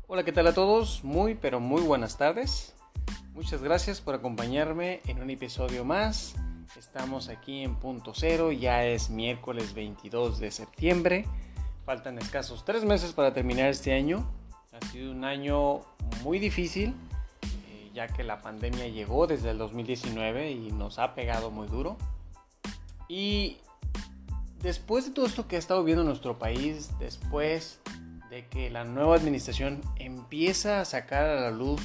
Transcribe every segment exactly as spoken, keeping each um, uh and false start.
Hola, ¿qué tal a todos? Muy, pero muy buenas tardes. Muchas gracias por acompañarme en un episodio más. Estamos aquí en Punto Cero, ya es miércoles veintidós de septiembre. Faltan escasos tres meses para terminar este año. Ha sido un año muy difícil, eh, ya que la pandemia llegó desde el dos mil diecinueve y nos ha pegado muy duro. Y después de todo esto que ha estado viendo nuestro país, después de que la nueva administración empieza a sacar a la luz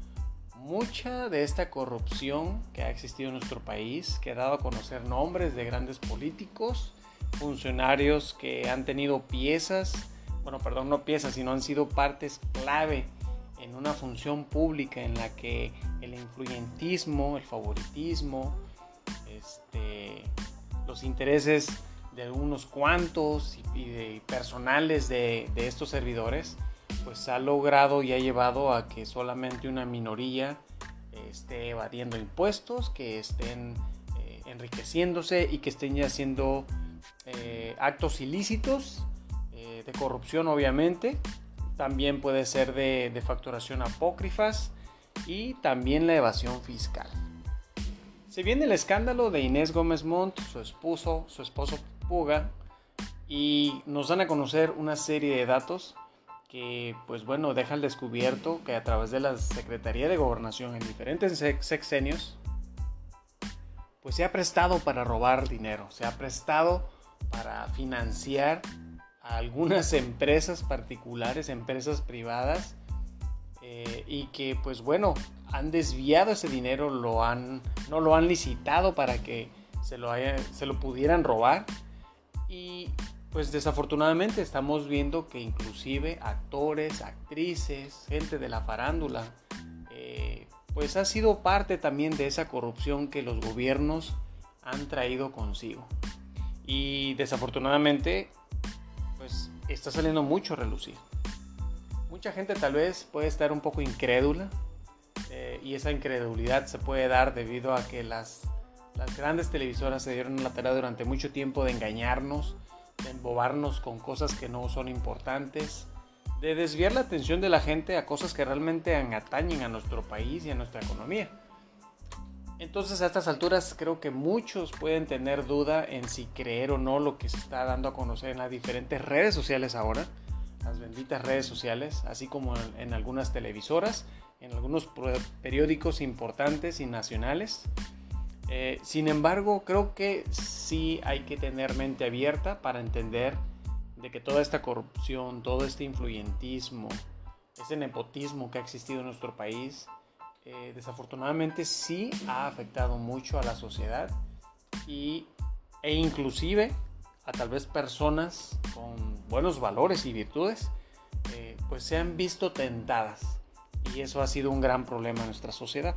mucha de esta corrupción que ha existido en nuestro país, que ha dado a conocer nombres de grandes políticos, funcionarios que han tenido piezas, bueno, perdón, no piezas, sino han sido partes clave en una función pública en la que el influyentismo, el favoritismo, este, los intereses de algunos cuantos y de personales de, de estos servidores, pues ha logrado y ha llevado a que solamente una minoría eh, esté evadiendo impuestos, que estén eh, enriqueciéndose y que estén ya haciendo eh, actos ilícitos eh, de corrupción, obviamente. También puede ser de, de facturación apócrifas y también la evasión fiscal. Se viene el escándalo de Inés Gómez Montt, su esposo, su esposo Puga, y nos dan a conocer una serie de datos que, pues bueno, deja al descubierto que a través de la Secretaría de Gobernación en diferentes sexenios, pues se ha prestado para robar dinero, se ha prestado para financiar a algunas empresas particulares, empresas privadas, eh, y que, pues bueno, han desviado ese dinero, lo han, no lo han licitado para que se lo, haya, se lo pudieran robar. Y pues desafortunadamente estamos viendo que inclusive actores, actrices, gente de la farándula, eh, pues ha sido parte también de esa corrupción que los gobiernos han traído consigo. Y desafortunadamente pues está saliendo mucho a relucir. Mucha gente tal vez puede estar un poco incrédula, eh, y esa incredulidad se puede dar debido a que las Las grandes televisoras se dieron la tarea durante mucho tiempo de engañarnos, de embobarnos con cosas que no son importantes, de desviar la atención de la gente a cosas que realmente atañen a nuestro país y a nuestra economía. Entonces, a estas alturas creo que muchos pueden tener duda en si creer o no lo que se está dando a conocer en las diferentes redes sociales ahora, las benditas redes sociales, así como en, en algunas televisoras, en algunos periódicos importantes y nacionales. Eh, sin embargo, creo que sí hay que tener mente abierta para entender de que toda esta corrupción, todo este influyentismo, ese nepotismo que ha existido en nuestro país, eh, desafortunadamente sí ha afectado mucho a la sociedad y, e inclusive a tal vez personas con buenos valores y virtudes, eh, pues se han visto tentadas, y eso ha sido un gran problema en nuestra sociedad.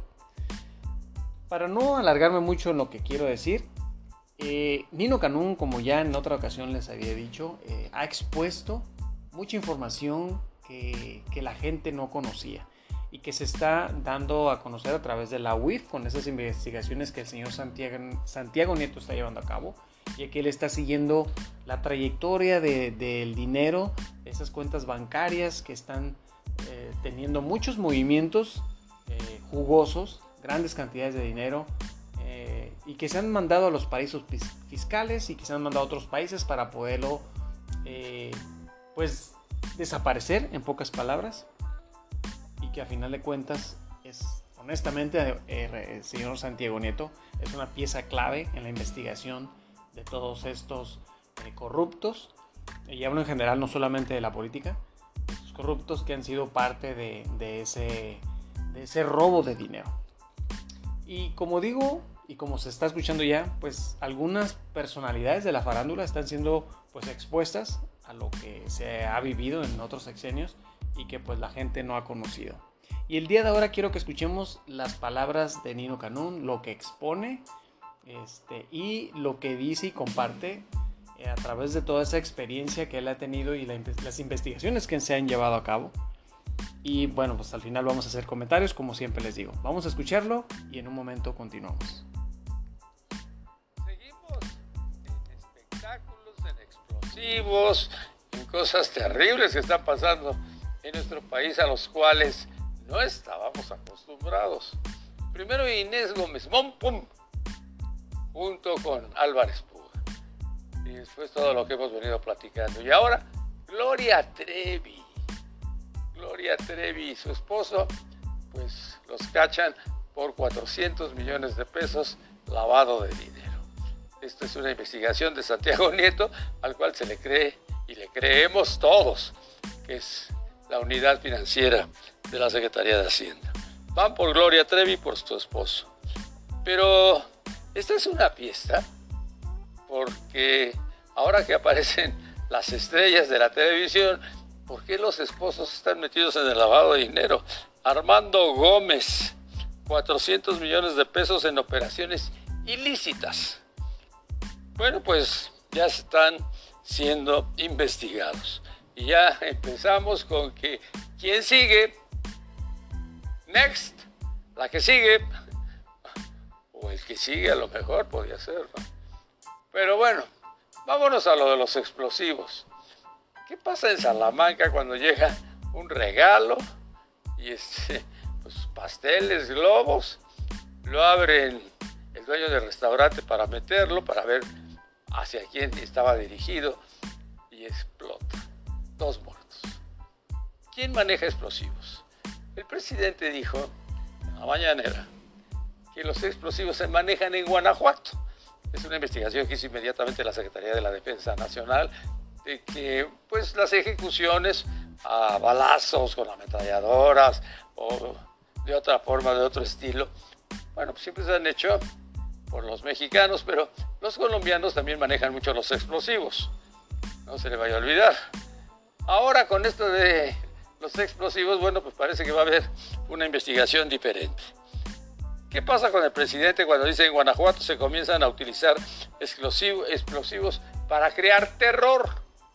Para no alargarme mucho en lo que quiero decir, eh, Nino Canún, como ya en otra ocasión les había dicho, eh, ha expuesto mucha información que, que la gente no conocía y que se está dando a conocer a través de la U I F con esas investigaciones que el señor Santiago, Santiago Nieto está llevando a cabo, y que él está siguiendo la trayectoria de, del dinero, de esas cuentas bancarias que están eh, teniendo muchos movimientos eh, jugosos, grandes cantidades de dinero, eh, y que se han mandado a los paraísos fiscales y que se han mandado a otros países para poderlo eh, pues desaparecer, en pocas palabras, y que a final de cuentas es, honestamente, eh, el señor Santiago Nieto es una pieza clave en la investigación de todos estos eh, corruptos, y hablo en general, no solamente de la política, estos corruptos que han sido parte de, de, ese, de ese robo de dinero. Y como digo, y como se está escuchando ya, pues algunas personalidades de la farándula están siendo pues expuestas a lo que se ha vivido en otros sexenios y que pues la gente no ha conocido. Y el día de ahora quiero que escuchemos las palabras de Nino Canún, lo que expone este, y lo que dice y comparte eh, a través de toda esa experiencia que él ha tenido y la, las investigaciones que se han llevado a cabo. Y bueno, pues al final vamos a hacer comentarios, como siempre les digo. Vamos a escucharlo y en un momento continuamos. Seguimos en espectáculos, en explosivos, en cosas terribles que están pasando en nuestro país a los cuales no estábamos acostumbrados. Primero Inés Gómez Montpum, junto con Álvarez Puga. Y después todo lo que hemos venido platicando. Y ahora Gloria Trevi. Gloria Trevi y su esposo, pues los cachan por cuatrocientos millones de pesos lavado de dinero. Esta es una investigación de Santiago Nieto, al cual se le cree y le creemos todos, que es la unidad financiera de la Secretaría de Hacienda. Van por Gloria Trevi y por su esposo. Pero esta es una fiesta, porque ahora que aparecen las estrellas de la televisión, ¿por qué los esposos están metidos en el lavado de dinero? Armando Gómez, cuatrocientos millones de pesos en operaciones ilícitas. Bueno, pues ya están siendo investigados. Y ya empezamos con que, ¿quién sigue? Next, la que sigue, o el que sigue a lo mejor podría ser, ¿no? Pero bueno, vámonos a lo de los explosivos. ¿Qué pasa en Salamanca cuando llega un regalo y este, pues pasteles, globos? Lo abren el dueño del restaurante para meterlo, para ver hacia quién estaba dirigido, y explota. Dos muertos. ¿Quién maneja explosivos? El presidente dijo en la mañanera que los explosivos se manejan en Guanajuato. Es una investigación que hizo inmediatamente la Secretaría de la Defensa Nacional, de que pues las ejecuciones a balazos con ametralladoras o de otra forma, de otro estilo, bueno, pues siempre se han hecho por los mexicanos, pero los colombianos también manejan mucho los explosivos. No se le vaya a olvidar. Ahora con esto de los explosivos, bueno, pues parece que va a haber una investigación diferente. ¿Qué pasa con el presidente cuando dice en Guanajuato se comienzan a utilizar explosivos para crear terror?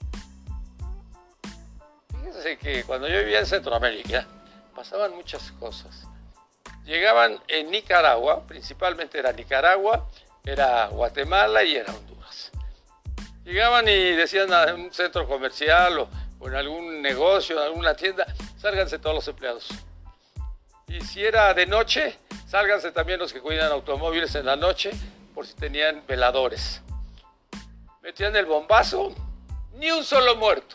Fíjense que cuando yo vivía en Centroamérica pasaban muchas cosas. Llegaban en Nicaragua, principalmente era Nicaragua, era Guatemala y era Honduras. Llegaban y decían a un centro comercial o, o en algún negocio, en alguna tienda, sálganse todos los empleados. Y si era de noche, sálganse también los que cuidan automóviles en la noche, por si tenían veladores. Metían el bombazo, ni un solo muerto.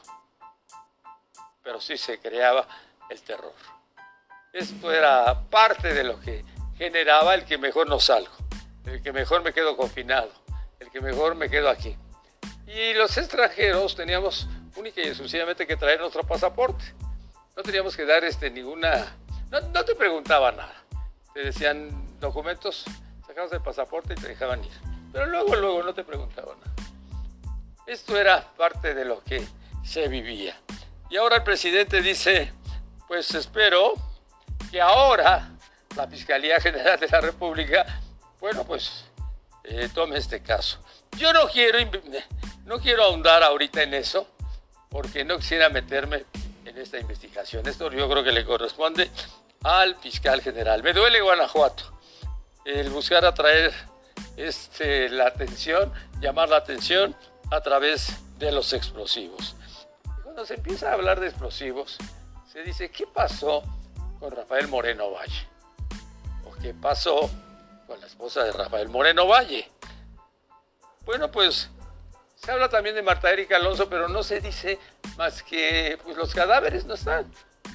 Pero sí se creaba el terror. Esto era parte de lo que generaba el que mejor no salgo, el que mejor me quedo confinado, el que mejor me quedo aquí. Y los extranjeros teníamos única y exclusivamente que traer nuestro pasaporte. No teníamos que dar este, ninguna... No, no te preguntaban nada. Te decían documentos, sacabas el pasaporte y te dejaban ir. Pero luego, luego no te preguntaban nada. Esto era parte de lo que se vivía. Y ahora el presidente dice, pues espero que ahora la Fiscalía General de la República, bueno, pues eh, tome este caso. Yo no quiero, no quiero ahondar ahorita en eso, porque no quisiera meterme en esta investigación. Esto yo creo que le corresponde al fiscal general. Me duele Guanajuato, el buscar atraer este, la atención, llamar la atención a través de los explosivos. Y cuando se empieza a hablar de explosivos, se dice, ¿qué pasó con Rafael Moreno Valle? ¿O qué pasó con la esposa de Rafael Moreno Valle? Bueno, pues se habla también de Marta Erika Alonso, pero no se dice más que pues, los cadáveres no están.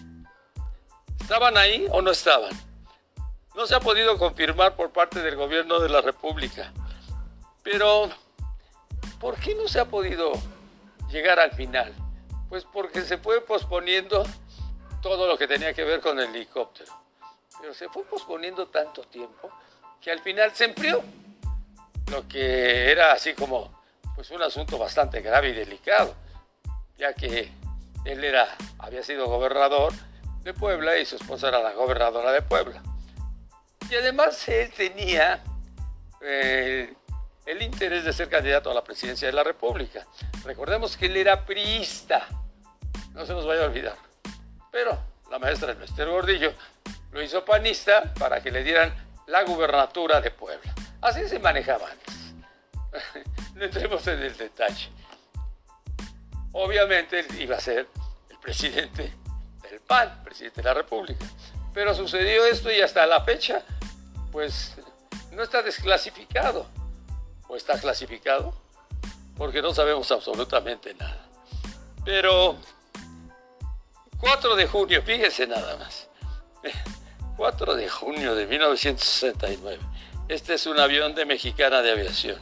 ¿Estaban ahí o no estaban? No se ha podido confirmar por parte del gobierno de la República. Pero, ¿por qué no se ha podido llegar al final? Pues porque se fue posponiendo todo lo que tenía que ver con el helicóptero. Pero se fue posponiendo tanto tiempo que al final se enfrió. Lo que era así como pues, un asunto bastante grave y delicado, ya que él era, había sido gobernador de Puebla y su esposa era la gobernadora de Puebla. Y además él tenía eh, el interés de ser candidato a la presidencia de la República. Recordemos que él era priista, no se nos vaya a olvidar. Pero la maestra Esther Gordillo lo hizo panista para que le dieran la gubernatura de Puebla. Así se manejaba antes. No entremos en el detalle. Obviamente él iba a ser el presidente de del P A N, presidente de la República. Pero sucedió esto y hasta la fecha, pues no está desclasificado. ¿O está clasificado? Porque no sabemos absolutamente nada. Pero cuatro de junio, fíjese nada más. cuatro de junio de mil novecientos sesenta y nueve. Este es un avión de Mexicana de Aviación.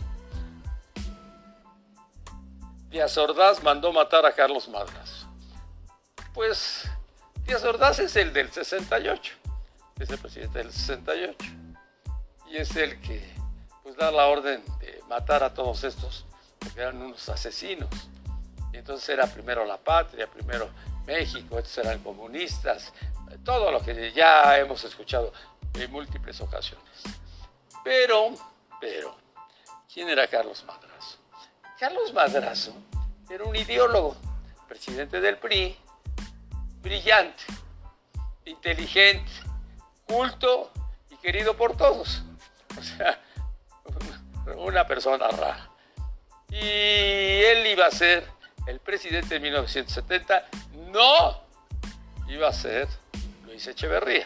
Díaz Ordaz mandó matar a Carlos Madrazo. Pues Díaz Ordaz es el del sesenta y ocho. Es el presidente del sesenta y ocho. Y es el que pues da la orden de matar a todos estos, porque eran unos asesinos. Y entonces era primero la patria, primero México, estos eran comunistas, todo lo que ya hemos escuchado en múltiples ocasiones. Pero, pero, ¿quién era Carlos Madrazo? Carlos Madrazo era un ideólogo, presidente del P R I, brillante, inteligente, culto y querido por todos. O sea, una persona rara. Y él iba a ser el presidente de mil novecientos setenta, no iba a ser Luis Echeverría,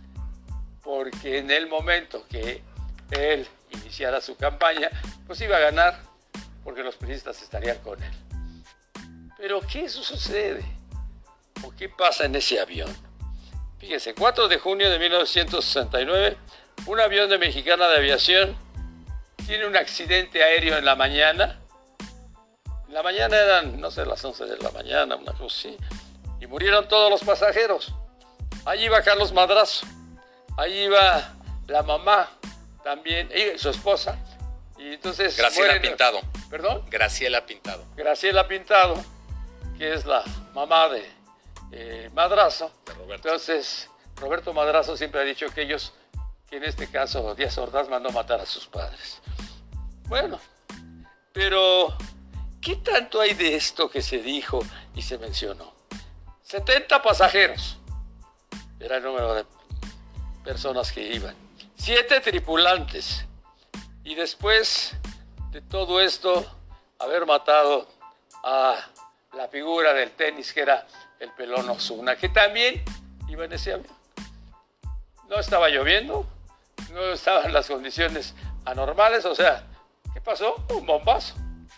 porque en el momento que él iniciara su campaña, pues iba a ganar, porque los priistas estarían con él. Pero ¿qué sucede? ¿O qué pasa en ese avión? Fíjense, cuatro de junio de mil novecientos sesenta y nueve, un avión de Mexicana de Aviación tiene un accidente aéreo en la mañana. En la mañana eran, no sé, las once de la mañana, una cosa así, y murieron todos los pasajeros. Ahí iba Carlos Madrazo, ahí iba la mamá también, y su esposa. Y entonces Graciela mueren, Pintado. ¿Perdón? Graciela Pintado. Graciela Pintado, que es la mamá de eh, Madrazo. De Roberto. Entonces, Roberto Madrazo siempre ha dicho que ellos, que en este caso Díaz Ordaz mandó matar a sus padres. Bueno, pero ¿qué tanto hay de esto que se dijo y se mencionó? setenta pasajeros era el número de personas que iban. siete tripulantes. Y después de todo esto, haber matado a la figura del tenis que era el Pelón Osuna, que también iba en ese avión. No estaba lloviendo, no estaban las condiciones anormales, o sea, ¿qué pasó? Un bombazo.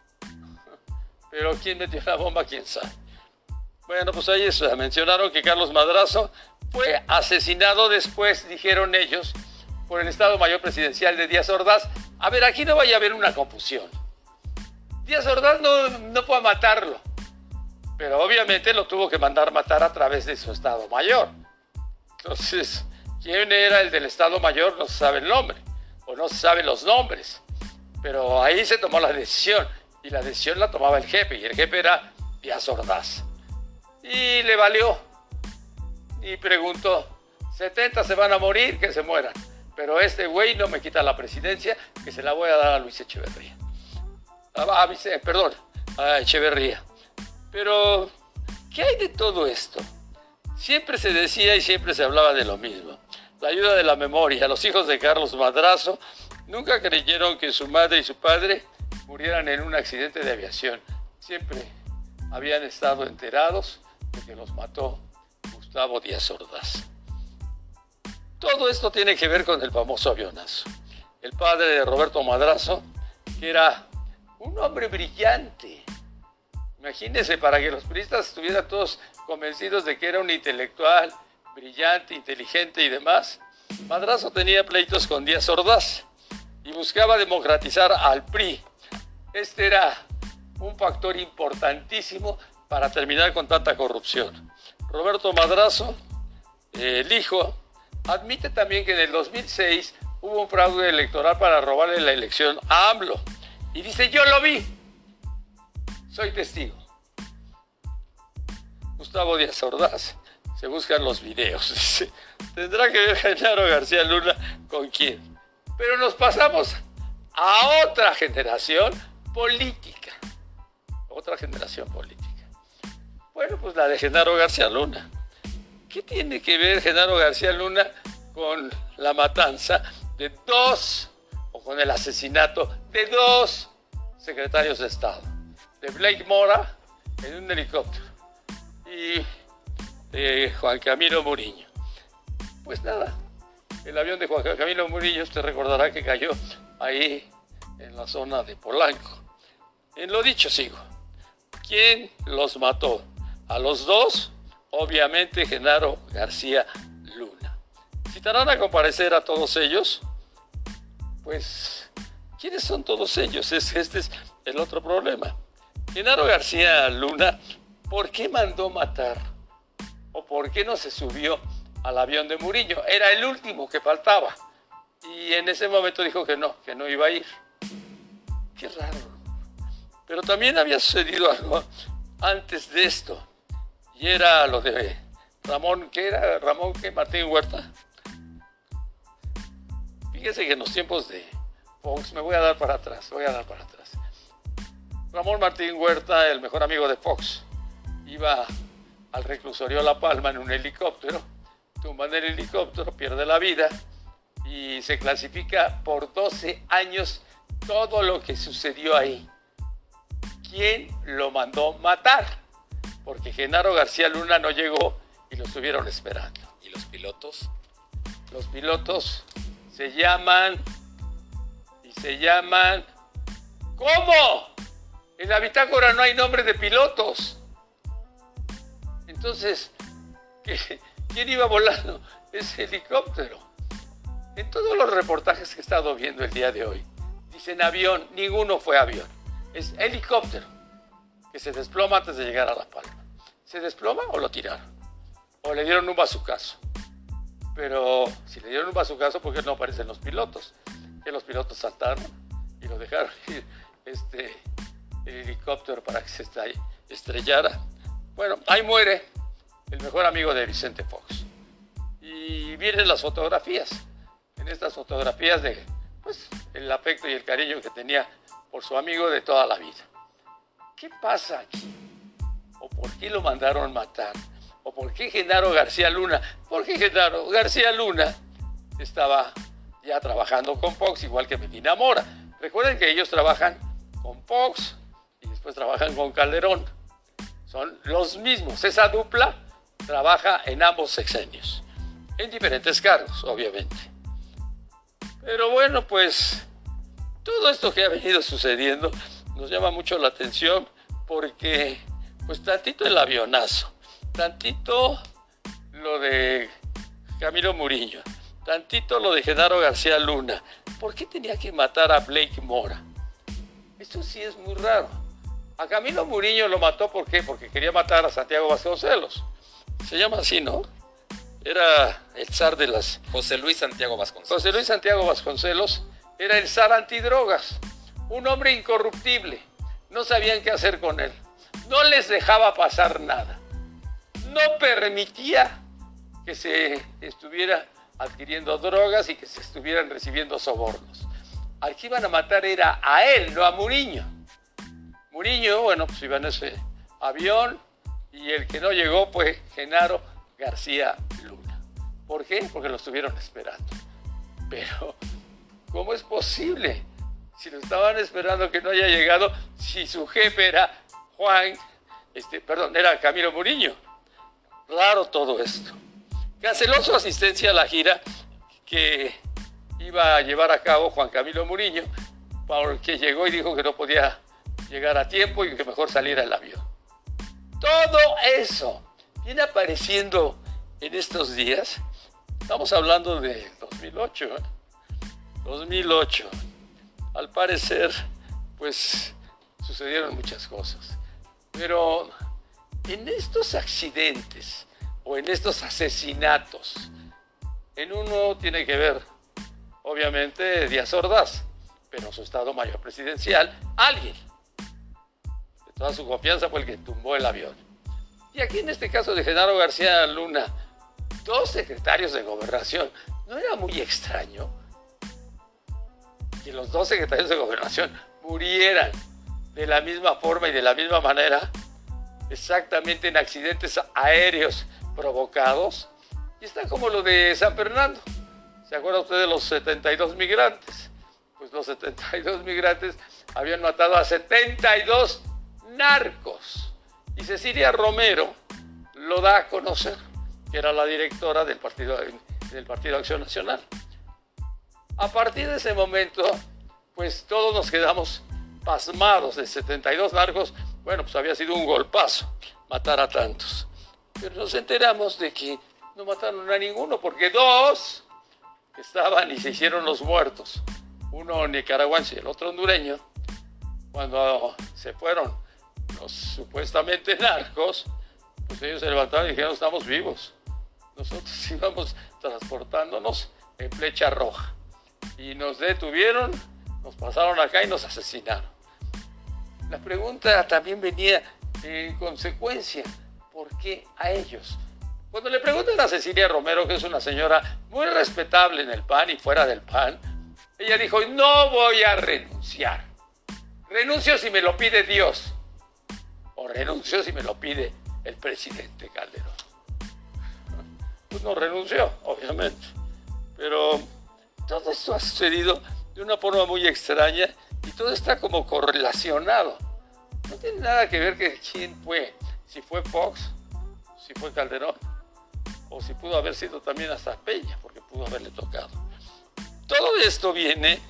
Pero ¿quién metió la bomba? ¿Quién sabe? Bueno, pues ahí eso, mencionaron que Carlos Madrazo fue asesinado después, dijeron ellos, por el Estado Mayor Presidencial de Díaz Ordaz. A ver, aquí no vaya a haber una confusión. Díaz Ordaz no, no fue a matarlo, pero obviamente lo tuvo que mandar matar a través de su Estado Mayor. Entonces, ¿quién era el del Estado Mayor? No se sabe el nombre, o no se saben los nombres. Pero ahí se tomó la decisión, y la decisión la tomaba el jefe, y el jefe era Díaz Ordaz. Y le valió, y preguntó, setenta se van a morir, que se mueran. Pero este güey no me quita la presidencia, que se la voy a dar a Luis Echeverría. A, a, perdón, a Echeverría. Pero, ¿qué hay de todo esto? Siempre se decía y siempre se hablaba de lo mismo. La ayuda de la memoria. Los hijos de Carlos Madrazo nunca creyeron que su madre y su padre murieran en un accidente de aviación. Siempre habían estado enterados de que los mató Gustavo Díaz Ordaz. Todo esto tiene que ver con el famoso avionazo. El padre de Roberto Madrazo, que era un hombre brillante. Imagínense, para que los priistas estuvieran todos convencidos de que era un intelectual, brillante, inteligente y demás, Madrazo tenía pleitos con Díaz Ordaz y buscaba democratizar al P R I. Este era un factor importantísimo para terminar con tanta corrupción. Roberto Madrazo, el hijo, admite también que en el dos mil seis hubo un fraude electoral para robarle la elección a AMLO. Y dice, yo lo vi, soy testigo. Gustavo Díaz Ordaz, se buscan los videos. Dice, tendrá que ver Genaro García Luna con quién. Pero nos pasamos a otra generación política. Otra generación política. Bueno, pues la de Genaro García Luna. ¿Qué tiene que ver Genaro García Luna con la matanza de dos, o con el asesinato de dos secretarios de Estado? De Blake Mora en un helicóptero y de Juan Camilo Muriño. Pues nada, el avión de Juan Camilo Muriño, usted recordará que cayó ahí en la zona de Polanco. En lo dicho sigo. ¿Quién los mató? A los dos, obviamente Genaro García Luna. ¿Citarán a comparecer a todos ellos? Pues, ¿quiénes son todos ellos? Es, este es el otro problema. Genaro García Luna, ¿por qué mandó matar? ¿O por qué no se subió al avión de Muriño? Era el último que faltaba. Y en ese momento dijo que no, que no iba a ir. Qué raro. Pero también había sucedido algo antes de esto. Y era lo de Ramón, ¿qué era? Ramón, ¿qué? Martín Huerta. Fíjense que en los tiempos de Fox, me voy a dar para atrás, voy a dar para atrás. Ramón Martín Huerta, el mejor amigo de Fox, iba al reclusorio La Palma en un helicóptero, tumba en el helicóptero, pierde la vida y se clasifica por doce años todo lo que sucedió ahí. ¿Quién lo mandó matar? Porque Genaro García Luna no llegó y lo estuvieron esperando. ¿Y los pilotos? Los pilotos se llaman y se llaman... ¿Cómo? En la bitácora no hay nombre de pilotos. Entonces, ¿qué? ¿Quién iba volando ese helicóptero? En todos los reportajes que he estado viendo el día de hoy, dicen avión, ninguno fue avión. Es helicóptero que se desploma antes de llegar a La Palma. ¿Se desploma o lo tiraron? O le dieron un bazucazo. Pero si le dieron un bazucazo, ¿por qué no aparecen los pilotos? Que los pilotos saltaron y lo dejaron ir este, el helicóptero para que se estrellara. Bueno, ahí muere el mejor amigo de Vicente Fox. Y vienen las fotografías. En estas fotografías de pues, el afecto y el cariño que tenía por su amigo de toda la vida. ¿Qué pasa aquí? ¿O por qué lo mandaron matar? ¿O por qué Genaro García Luna? Porque Genaro García Luna estaba ya trabajando con Fox, igual que Medina Mora. Recuerden que ellos trabajan con Fox y después trabajan con Calderón. Son los mismos. Esa dupla trabaja en ambos sexenios. En diferentes cargos, obviamente. Pero bueno, pues... todo esto que ha venido sucediendo nos llama mucho la atención porque, pues tantito el avionazo, tantito lo de Camilo Muriño, tantito lo de Genaro García Luna. ¿Por qué tenía que matar a Blake Mora? Esto sí es muy raro. A Camilo Muriño lo mató, ¿por qué? Porque quería matar a Santiago Vasconcelos. Se llama así, ¿no? Era el zar de las... José Luis Santiago Vasconcelos. José Luis Santiago Vasconcelos. Era el zar antidrogas, un hombre incorruptible. No sabían qué hacer con él. No les dejaba pasar nada. No permitía que se estuviera adquiriendo drogas y que se estuvieran recibiendo sobornos. Al que iban a matar era a él, no a Muriño. Muriño, bueno, pues iba en ese avión y el que no llegó fue Genaro García Luna. ¿Por qué? Porque lo estuvieron esperando. Pero... ¿cómo es posible? Si lo estaban esperando que no haya llegado, si su jefe era Juan, este, perdón, era Camilo Muriño. Raro todo esto. Canceló su asistencia a la gira que iba a llevar a cabo Juan Camilo Muriño, porque llegó y dijo que no podía llegar a tiempo y que mejor saliera el avión. Todo eso viene apareciendo en estos días. Estamos hablando de dos mil ocho, ¿eh? dos mil ocho. Al parecer, pues, sucedieron muchas cosas. Pero en estos accidentes o en estos asesinatos, en uno tiene que ver, obviamente, Díaz Ordaz, pero en su estado mayor presidencial, alguien de toda su confianza fue el que tumbó el avión. Y aquí en este caso de Genaro García Luna, dos secretarios de gobernación, ¿no era muy extraño que los dos secretarios de gobernación murieran de la misma forma y de la misma manera, exactamente en accidentes aéreos provocados? Y está como lo de San Fernando. ¿Se acuerda usted de los setenta y dos migrantes? Pues los setenta y dos migrantes habían matado a setenta y dos narcos. Y Cecilia Romero, lo da a conocer, que era la directora del Partido, del Partido Acción Nacional. A partir de ese momento, pues todos nos quedamos pasmados. De setenta y dos narcos, bueno, pues había sido un golpazo matar a tantos. Pero nos enteramos de que no mataron a ninguno, porque dos estaban y se hicieron los muertos. Uno nicaragüense y el otro hondureño. Cuando se fueron los supuestamente narcos, pues ellos se levantaron y dijeron, estamos vivos. Nosotros íbamos transportándonos en flecha roja. Y nos detuvieron, nos pasaron acá y nos asesinaron. La pregunta también venía en consecuencia, ¿por qué a ellos? Cuando le preguntan a Cecilia Romero, que es una señora muy respetable en el P A N y fuera del P A N, ella dijo, no voy a renunciar. Renuncio si me lo pide Dios. O renuncio si me lo pide el presidente Calderón. Pues no renunció, obviamente. Pero todo esto ha sucedido de una forma muy extraña y todo está como correlacionado. No tiene nada que ver que quién fue. Si fue Fox, si fue Calderón, o si pudo haber sido también hasta Peña, porque pudo haberle tocado. Todo esto viene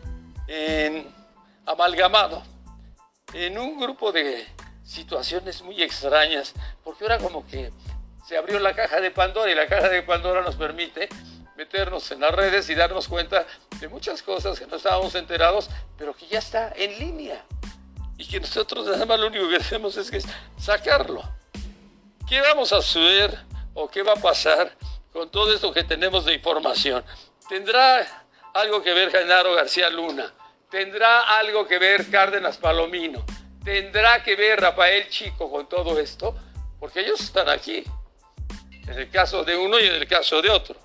en, amalgamado en un grupo de situaciones muy extrañas, porque ahora como que se abrió la caja de Pandora y la caja de Pandora nos permite meternos en las redes y darnos cuenta de muchas cosas que no estábamos enterados, pero que ya está en línea y que nosotros nada más lo único que hacemos es que sacarlo. ¿Qué vamos a hacer o qué va a pasar con todo esto que tenemos de información? ¿Tendrá algo que ver Genaro García Luna? ¿Tendrá algo que ver Cárdenas Palomino? ¿Tendrá que ver Rafael Chico con todo esto? Porque ellos están aquí, en el caso de uno y en el caso de otro.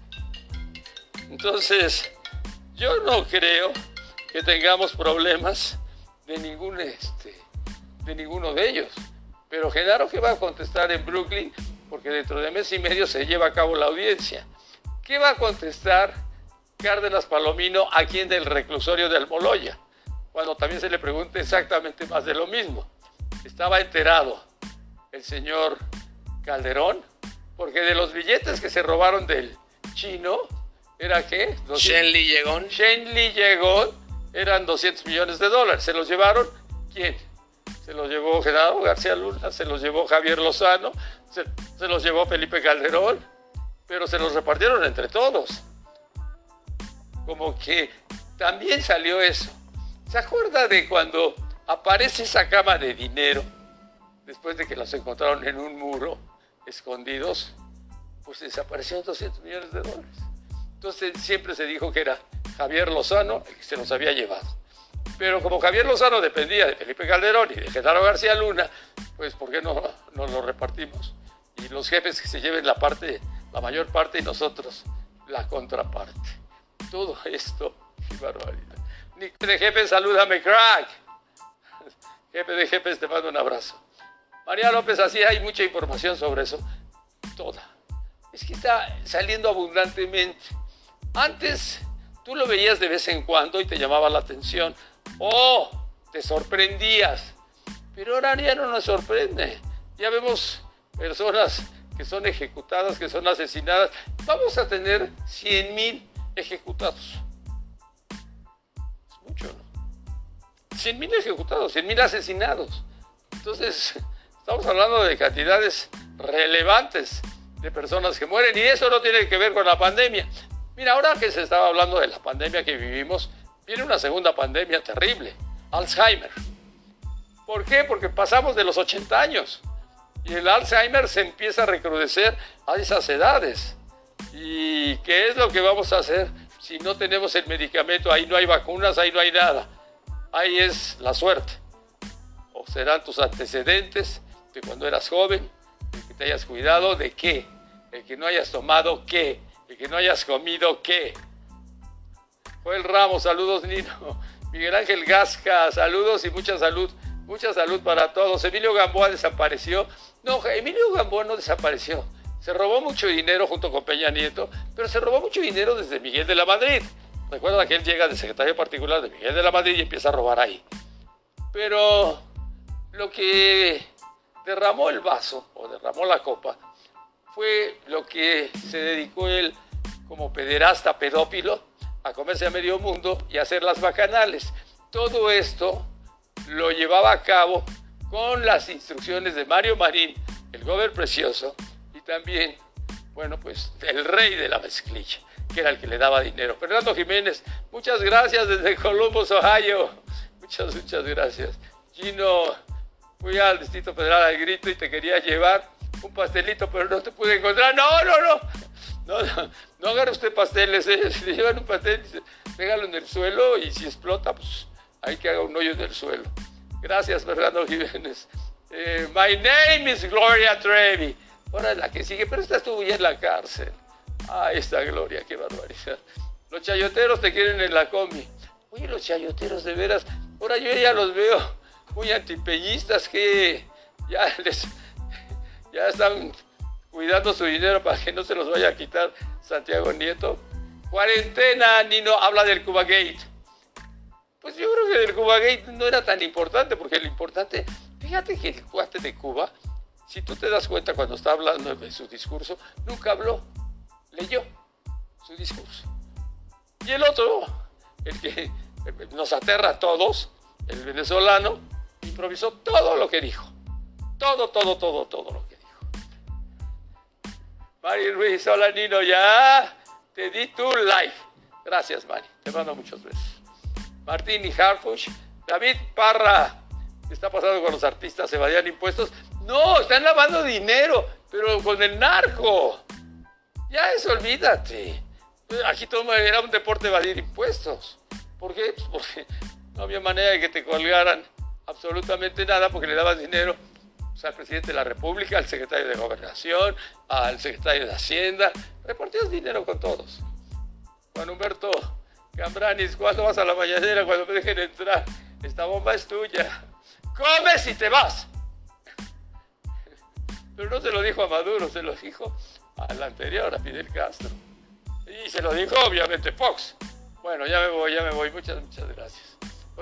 Entonces, yo no creo que tengamos problemas de, ningún, este, de ninguno de ellos. Pero Genaro, ¿qué va a contestar en Brooklyn? Porque dentro de mes y medio se lleva a cabo la audiencia. ¿Qué va a contestar Cárdenas Palomino aquí en el reclusorio de Almoloya? Cuando también se le pregunta exactamente más de lo mismo. Estaba enterado el señor Calderón, porque de los billetes que se robaron del chino, ¿era qué? Shenli Llegón. Shenli Llegón, eran doscientos millones de dólares. ¿Se los llevaron? ¿Quién? Se los llevó Genaro García Luna, se los llevó Javier Lozano, se, se los llevó Felipe Calderón, pero se los repartieron entre todos. Como que también salió eso. ¿Se acuerda de cuando aparece esa cama de dinero, después de que los encontraron en un muro, escondidos? Pues desaparecieron doscientos millones de dólares. Entonces siempre se dijo que era Javier Lozano el que se los había llevado. Pero como Javier Lozano dependía de Felipe Calderón y de Genaro García Luna, pues ¿por qué no nos lo repartimos? Y los jefes que se lleven la parte, la mayor parte, y nosotros la contraparte. Todo esto, qué barbaridad. Jefe de jefes, salúdame, crack. Jefe de jefes, te mando un abrazo. María López, así hay mucha información sobre eso. Toda. Es que está saliendo abundantemente. Antes tú lo veías de vez en cuando y te llamaba la atención. ¡Oh! Te sorprendías. Pero ahora ya no nos sorprende. Ya vemos personas que son ejecutadas, que son asesinadas. Vamos a tener cien mil ejecutados. Es mucho, ¿no? cien mil ejecutados, cien mil asesinados. Entonces, estamos hablando de cantidades relevantes de personas que mueren, y eso no tiene que ver con la pandemia. Mira, ahora que se estaba hablando de la pandemia que vivimos, viene una segunda pandemia terrible, Alzheimer. ¿Por qué? Porque pasamos de los ochenta años y el Alzheimer se empieza a recrudecer a esas edades. ¿Y qué es lo que vamos a hacer si no tenemos el medicamento? Ahí no hay vacunas, ahí no hay nada. Ahí es la suerte. O serán tus antecedentes de cuando eras joven, de que te hayas cuidado, ¿de qué? El que no hayas tomado, ¿qué? El que no hayas comido, ¿qué? Joel Ramos, saludos, Nino. Miguel Ángel Gasca, saludos y mucha salud. Mucha salud para todos. Emilio Gamboa desapareció. No, Emilio Gamboa no desapareció. Se robó mucho dinero junto con Peña Nieto, pero se robó mucho dinero desde Miguel de la Madrid. Recuerda que él llega de secretario particular de Miguel de la Madrid y empieza a robar ahí. Pero lo que derramó el vaso o derramó la copa fue lo que se dedicó él como pederasta pedófilo a comerse a medio mundo y a hacer las bacanales. Todo esto lo llevaba a cabo con las instrucciones de Mario Marín, el gober precioso, y también, bueno, pues el rey de la mezclilla, que era el que le daba dinero. Fernando Jiménez, muchas gracias desde Columbus, Ohio. Muchas, muchas gracias. Gino, fui al Distrito Federal al grito y te quería llevar un pastelito, pero no te pude encontrar. No, no, no. No, no, no agarre usted pasteles. ¿eh? Si le llevan un pastel, pégalo en el suelo y si explota, pues hay que haga un hoyo en el suelo. Gracias, Fernando Jiménez. Eh, my name is Gloria Trevi. Ahora es la que sigue, pero esta estuvo ya en la cárcel. Ay, esta Gloria, qué barbaridad. Los chayoteros te quieren en la combi. Oye, los chayoteros, de veras, ahora yo ya los veo muy antipeñistas que ya les, ya están cuidando su dinero para que no se los vaya a quitar Santiago Nieto. Cuarentena, Nino, habla del Cubagate. Pues yo creo que del Cubagate no era tan importante, porque lo importante, fíjate que el cuate de Cuba, si tú te das cuenta cuando está hablando de su discurso, nunca habló, leyó su discurso. Y el otro, el que nos aterra a todos, el venezolano, improvisó todo lo que dijo. Todo, todo, todo, todo lo que dijo. Mari Ruiz, hola Nino, ya te di tu like. Gracias, Mari, te mando muchos besos. Martín y Harfush, David Parra, ¿qué está pasando con los artistas? ¿Evadían impuestos? No, están lavando dinero, pero con el narco. Ya eso, olvídate. Aquí todo era un deporte evadir impuestos. ¿Por qué? Pues porque no había manera de que te colgaran absolutamente nada porque le dabas dinero, o sea, al presidente de la República, al secretario de Gobernación, al secretario de Hacienda. Repartías dinero con todos. Juan Humberto Cambranis, ¿cuándo vas a la mañanera? Cuando me dejen entrar. Esta bomba es tuya. ¡Comes y te vas! Pero no se lo dijo a Maduro, se lo dijo al anterior, a Fidel Castro. Y se lo dijo, obviamente, Fox. Bueno, ya me voy, ya me voy. Muchas, muchas gracias.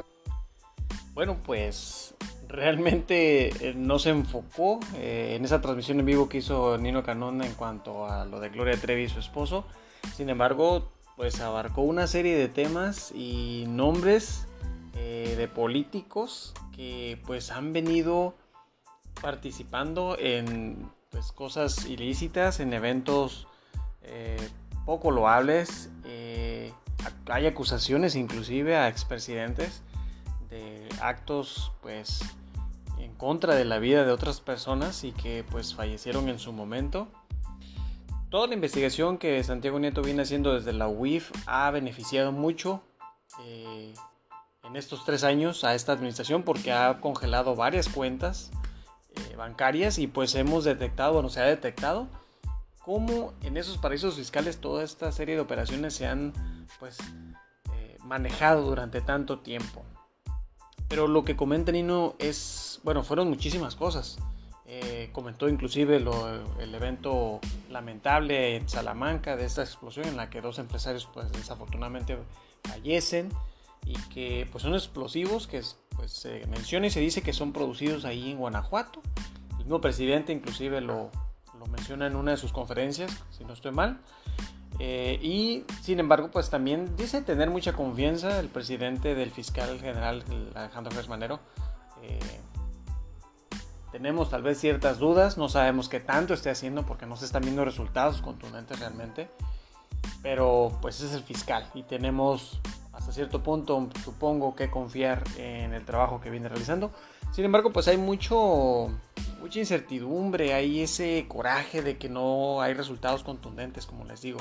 Bueno, pues realmente eh, no se enfocó eh, en esa transmisión en vivo que hizo Nino Canón en cuanto a lo de Gloria Trevi y su esposo. Sin embargo, pues abarcó una serie de temas y nombres eh, de políticos que pues han venido participando en pues cosas ilícitas, en eventos eh, poco loables. Eh, hay acusaciones inclusive a expresidentes de actos pues en contra de la vida de otras personas y que pues fallecieron en su momento. Toda la investigación que Santiago Nieto viene haciendo desde la U I F ha beneficiado mucho eh, en estos tres años a esta administración porque ha congelado varias cuentas eh, bancarias y pues hemos detectado, bueno, se ha detectado cómo en esos paraísos fiscales toda esta serie de operaciones se han pues eh, manejado durante tanto tiempo. Pero lo que comenta Nino es, bueno, fueron muchísimas cosas. Eh, comentó inclusive lo, el evento lamentable en Salamanca de esta explosión en la que dos empresarios pues desafortunadamente fallecen y que pues son explosivos que pues se menciona y se dice que son producidos ahí en Guanajuato. El mismo presidente inclusive lo, lo menciona en una de sus conferencias, si no estoy mal. Eh, y sin embargo pues también dice tener mucha confianza el presidente del fiscal general Alejandro Gertz Manero. Eh, tenemos tal vez ciertas dudas, no sabemos qué tanto esté haciendo porque no se están viendo resultados contundentes realmente, pero pues es el fiscal y tenemos hasta cierto punto supongo que confiar en el trabajo que viene realizando. Sin embargo pues hay mucho mucha incertidumbre, hay ese coraje de que no hay resultados contundentes, como les digo.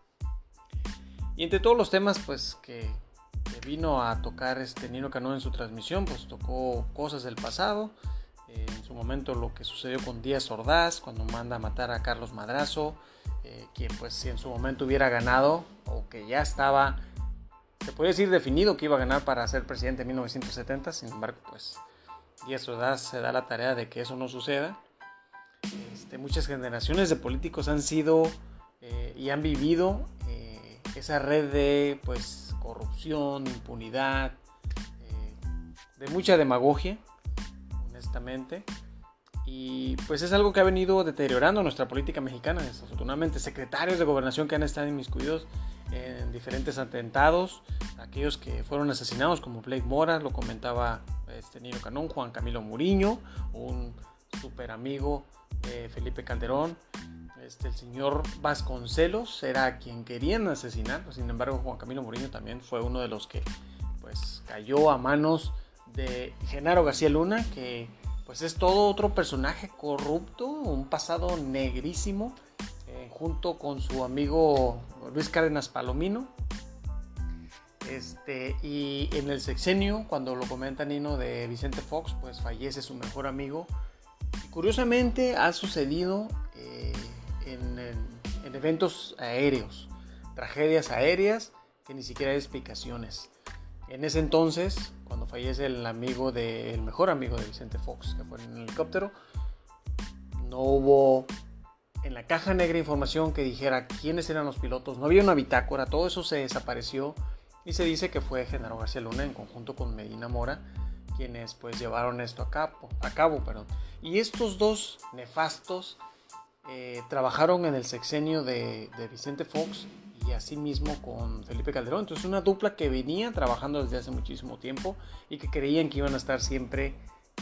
Y entre todos los temas pues que, que vino a tocar este Nino Canón en su transmisión, pues tocó cosas del pasado, eh, en su momento lo que sucedió con Díaz Ordaz cuando manda a matar a Carlos Madrazo, eh, quien pues si en su momento hubiera ganado o que ya estaba, se puede decir definido que iba a ganar para ser presidente en mil novecientos setenta, sin embargo pues Díaz Ordaz se da la tarea de que eso no suceda. Este, muchas generaciones de políticos han sido eh, y han vivido eh, esa red de pues corrupción, impunidad, eh, de mucha demagogia, honestamente. y pues es algo que ha venido deteriorando nuestra política mexicana, desafortunadamente. Secretarios de gobernación que han estado inmiscuidos en diferentes atentados, aquellos que fueron asesinados como Blake Mora, lo comentaba este Nino Canún, Juan Camilo Muriño, un súper amigo de Felipe Calderón. Este, el señor Vasconcelos era quien querían asesinar, sin embargo Juan Camilo Muriño también fue uno de los que pues cayó a manos de Genaro García Luna, que pues es todo otro personaje corrupto, un pasado negrísimo, eh, junto con su amigo Luis Cárdenas Palomino. Este, y en el sexenio, cuando lo comenta Nino, de Vicente Fox, pues fallece su mejor amigo. Y curiosamente ha sucedido eh, en, en, en eventos aéreos, tragedias aéreas que ni siquiera hay explicaciones. En ese entonces, cuando fallece el amigo de, el mejor amigo de Vicente Fox, que fue en un helicóptero, no hubo en la caja negra información que dijera quiénes eran los pilotos, no había una bitácora, todo eso se desapareció y se dice que fue Genaro García Luna en conjunto con Medina Mora quienes pues llevaron esto a cabo, a cabo perdón. Y estos dos nefastos eh, trabajaron en el sexenio de, de Vicente Fox y asimismo con Felipe Calderón. Entonces una dupla que venía trabajando desde hace muchísimo tiempo y que creían que iban a estar siempre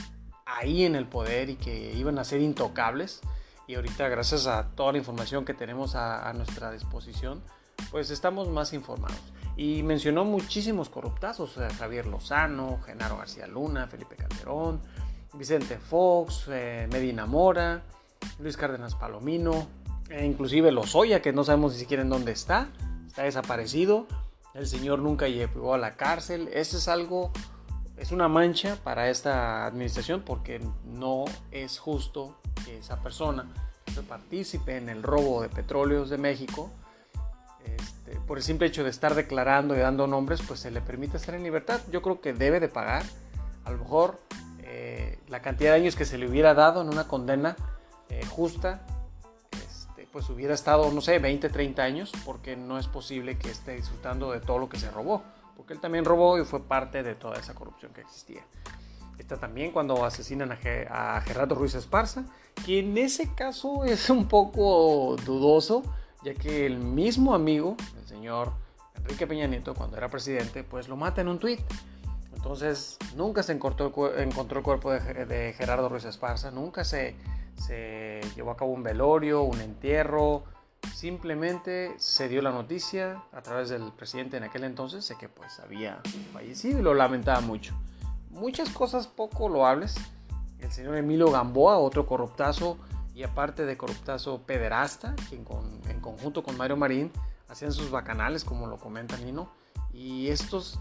ahí en el poder y que iban a ser intocables. Y ahorita, gracias a toda la información que tenemos a, a nuestra disposición, pues estamos más informados. Y mencionó muchísimos corruptazos: eh, Javier Lozano, Genaro García Luna, Felipe Calderón, Vicente Fox, eh, Medina Mora, Luis Cárdenas Palomino, e inclusive Lozoya, que no sabemos ni siquiera en dónde está, está desaparecido. El señor nunca llegó a la cárcel. Eso es algo, es una mancha para esta administración, porque no es justo que esa persona que participe en el robo de petróleos de México, este, por el simple hecho de estar declarando y dando nombres, pues se le permite estar en libertad. Yo creo que debe de pagar a lo mejor eh, la cantidad de años que se le hubiera dado en una condena eh, justa. Pues hubiera estado, no sé, veinte, treinta años, porque no es posible que esté disfrutando de todo lo que se robó, porque él también robó y fue parte de toda esa corrupción que existía. Está también cuando asesinan a, Ge- a Gerardo Ruiz Esparza, que en ese caso es un poco dudoso, ya que el mismo amigo, el señor Enrique Peña Nieto, cuando era presidente, pues lo mata en un tuit. Entonces nunca se encontró, encontró el cuerpo de, de Gerardo Ruiz Esparza, nunca se... se llevó a cabo un velorio, un entierro. Simplemente se dio la noticia a través del presidente en aquel entonces de que pues había fallecido y lo lamentaba mucho. Muchas cosas poco loables. El señor Emilio Gamboa, otro corruptazo, y aparte de corruptazo pederasta, quien con, en conjunto con Mario Marín hacían sus bacanales, como lo comenta Nino. Y estos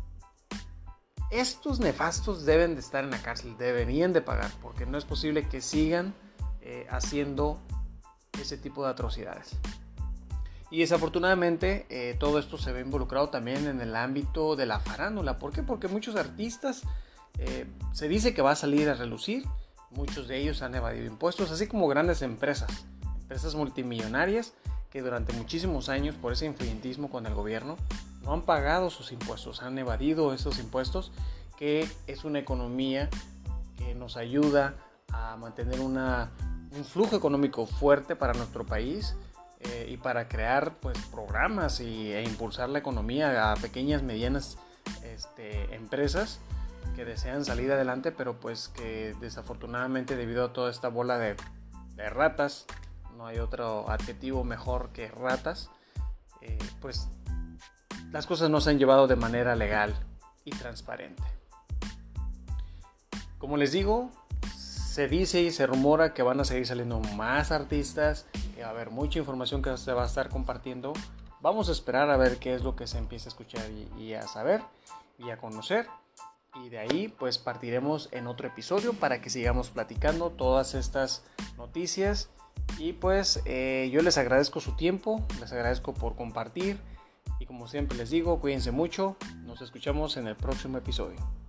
estos nefastos deben de estar en la cárcel, deberían de pagar, porque no es posible que sigan eh, haciendo ese tipo de atrocidades. Y desafortunadamente eh, todo esto se ve involucrado también en el ámbito de la farándula. ¿Por qué? Porque muchos artistas eh, se dice que va a salir a relucir, muchos de ellos han evadido impuestos, así como grandes empresas, empresas multimillonarias que durante muchísimos años, por ese influyentismo con el gobierno, no han pagado sus impuestos, han evadido esos impuestos, que es una economía que nos ayuda a mantener una, un flujo económico fuerte para nuestro país eh, y para crear pues, programas y, e impulsar la economía a pequeñas, medianas este, empresas que desean salir adelante, pero pues que desafortunadamente, debido a toda esta bola de, de ratas, no hay otro adjetivo mejor que ratas, eh, pues las cosas no se han llevado de manera legal y transparente. Como les digo, se dice y se rumora que van a seguir saliendo más artistas, que va a haber mucha información que se va a estar compartiendo. Vamos a esperar a ver qué es lo que se empieza a escuchar y, y a saber y a conocer. Y de ahí pues partiremos en otro episodio para que sigamos platicando todas estas noticias. Y pues eh, yo les agradezco su tiempo, les agradezco por compartir. Y como siempre les digo, cuídense mucho, nos escuchamos en el próximo episodio.